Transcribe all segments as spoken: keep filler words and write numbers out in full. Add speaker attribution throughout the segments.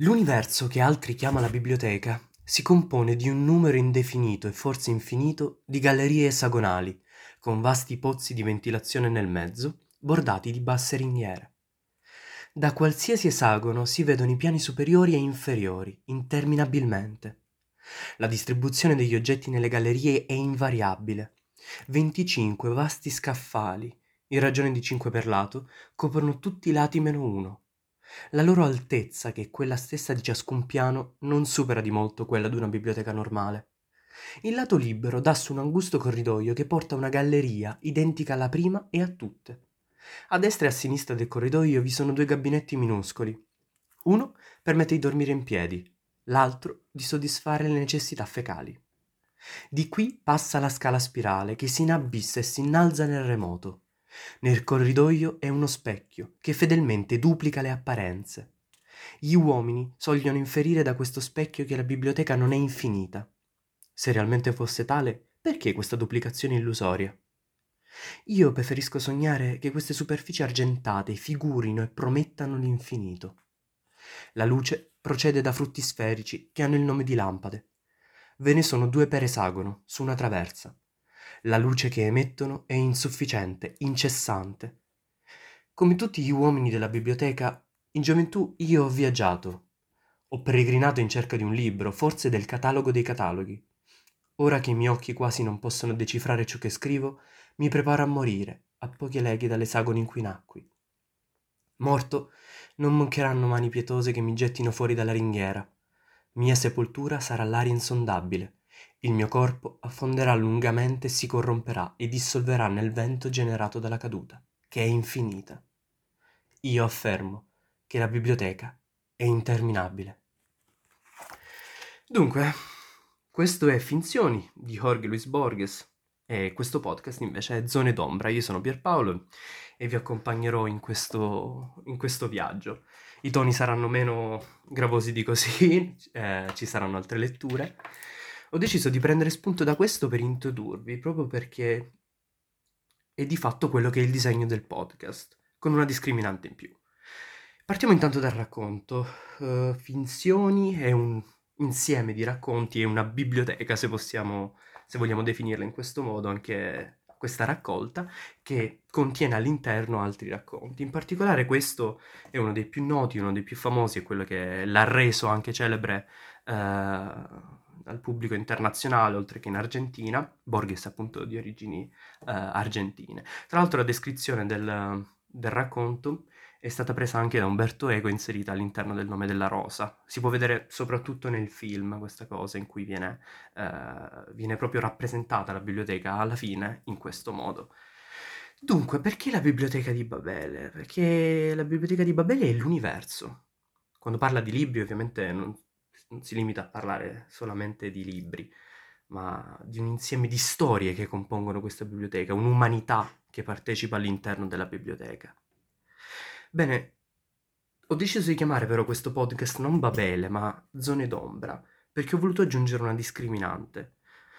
Speaker 1: L'universo che altri chiama la biblioteca si compone di un numero indefinito e forse infinito di gallerie esagonali, con vasti pozzi di ventilazione nel mezzo, bordati di basse ringhiere. Da qualsiasi esagono si vedono i piani superiori e inferiori, interminabilmente. La distribuzione degli oggetti nelle gallerie è invariabile. venticinque vasti scaffali, in ragione di cinque per lato, coprono tutti i lati meno uno. La loro altezza, che è quella stessa di ciascun piano, non supera di molto quella di una biblioteca normale. Il lato libero dà su un angusto corridoio che porta a una galleria identica alla prima e a tutte. A destra e a sinistra del corridoio vi sono due gabinetti minuscoli. Uno permette di dormire in piedi, l'altro di soddisfare le necessità fecali. Di qui passa la scala a spirale che si inabissa e si innalza nel remoto. Nel corridoio è uno specchio che fedelmente duplica le apparenze. Gli uomini sogliono inferire da questo specchio che la biblioteca non è infinita. Se realmente fosse tale, perché questa duplicazione illusoria? Io preferisco sognare che queste superfici argentate figurino e promettano l'infinito. La luce procede da frutti sferici che hanno il nome di lampade. Ve ne sono due per esagono, su una traversa. La luce che emettono è insufficiente, incessante. Come tutti gli uomini della biblioteca, in gioventù io ho viaggiato. Ho peregrinato in cerca di un libro, forse del catalogo dei cataloghi. Ora che i miei occhi quasi non possono decifrare ciò che scrivo, mi preparo a morire, a poche leghe dall'esagono in cui nacqui. Morto, non mancheranno mani pietose che mi gettino fuori dalla ringhiera. Mia sepoltura sarà l'aria insondabile. Il mio corpo affonderà lungamente e si corromperà e dissolverà nel vento generato dalla caduta, che è infinita. Io affermo che la biblioteca è interminabile. Dunque, questo è Finzioni di Jorge Luis Borges e questo podcast invece è Zone d'Ombra. Io sono Pierpaolo e vi accompagnerò in questo, in questo viaggio. I toni saranno meno gravosi di così, eh, ci saranno altre letture. Ho deciso di prendere spunto da questo per introdurvi, proprio perché è di fatto quello che è il disegno del podcast, con una discriminante in più. Partiamo intanto dal racconto. Uh, Finzioni è un insieme di racconti, è una biblioteca, se possiamo, se vogliamo definirla in questo modo, anche questa raccolta, che contiene all'interno altri racconti. In particolare questo è uno dei più noti, uno dei più famosi, è quello che l'ha reso anche celebre uh, al pubblico internazionale, oltre che in Argentina. Borges appunto di origini uh, argentine. Tra l'altro la descrizione del, del racconto è stata presa anche da Umberto Eco e inserita all'interno del Nome della Rosa. Si può vedere soprattutto nel film questa cosa, in cui viene, eh, viene proprio rappresentata la biblioteca alla fine in questo modo. Dunque, perché la biblioteca di Babele? Perché la biblioteca di Babele è l'universo. Quando parla di libri, ovviamente non, non si limita a parlare solamente di libri, ma di un insieme di storie che compongono questa biblioteca, un'umanità che partecipa all'interno della biblioteca. Bene, ho deciso di chiamare però questo podcast non Babele, ma Zone d'Ombra, perché ho voluto aggiungere una discriminante.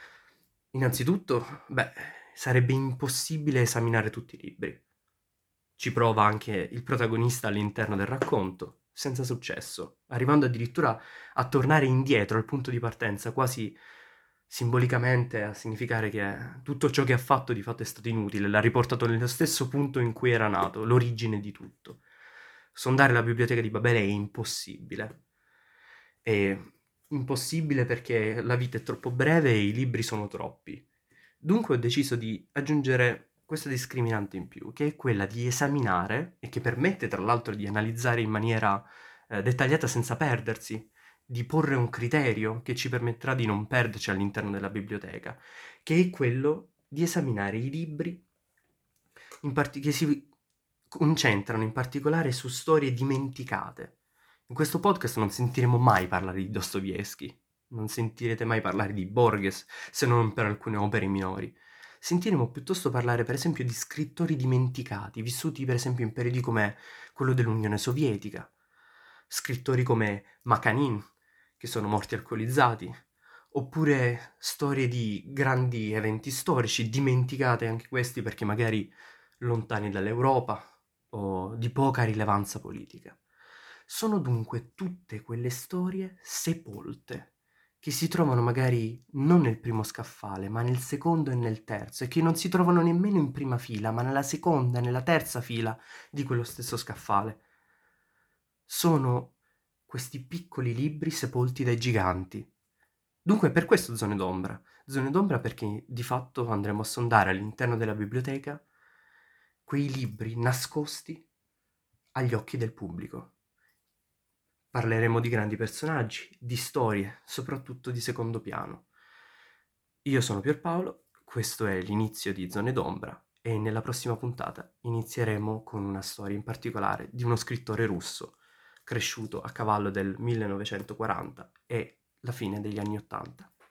Speaker 1: Innanzitutto, beh, sarebbe impossibile esaminare tutti i libri. Ci prova anche il protagonista all'interno del racconto, senza successo, arrivando addirittura a tornare indietro al punto di partenza, quasi simbolicamente a significare che tutto ciò che ha fatto di fatto è stato inutile, l'ha riportato nello stesso punto in cui era nato, l'origine di tutto. Sondare la biblioteca di Babele è impossibile. È impossibile perché la vita è troppo breve e i libri sono troppi. Dunque ho deciso di aggiungere questa discriminante in più, che è quella di esaminare, e che permette tra l'altro di analizzare in maniera eh, dettagliata senza perdersi, di porre un criterio che ci permetterà di non perderci all'interno della biblioteca, che è quello di esaminare i libri in part- che si concentrano in particolare su storie dimenticate. In questo podcast non sentiremo mai parlare di Dostoevsky, non sentirete mai parlare di Borges, se non per alcune opere minori. Sentiremo piuttosto parlare per esempio di scrittori dimenticati, vissuti per esempio in periodi come quello dell'Unione Sovietica, scrittori come Makanin, che sono morti alcolizzati, oppure storie di grandi eventi storici, dimenticate anche questi perché magari lontani dall'Europa o di poca rilevanza politica. Sono dunque tutte quelle storie sepolte, che si trovano magari non nel primo scaffale, ma nel secondo e nel terzo, e che non si trovano nemmeno in prima fila, ma nella seconda e nella terza fila di quello stesso scaffale. Sono questi piccoli libri sepolti dai giganti. Dunque per questo Zone d'ombra. Zone d'ombra perché di fatto andremo a sondare all'interno della biblioteca quei libri nascosti agli occhi del pubblico. Parleremo di grandi personaggi, di storie, soprattutto di secondo piano. Io sono Pierpaolo, questo è l'inizio di Zone d'ombra e nella prossima puntata inizieremo con una storia in particolare di uno scrittore russo cresciuto a cavallo del millenovecentoquaranta e la fine degli anni ottanta.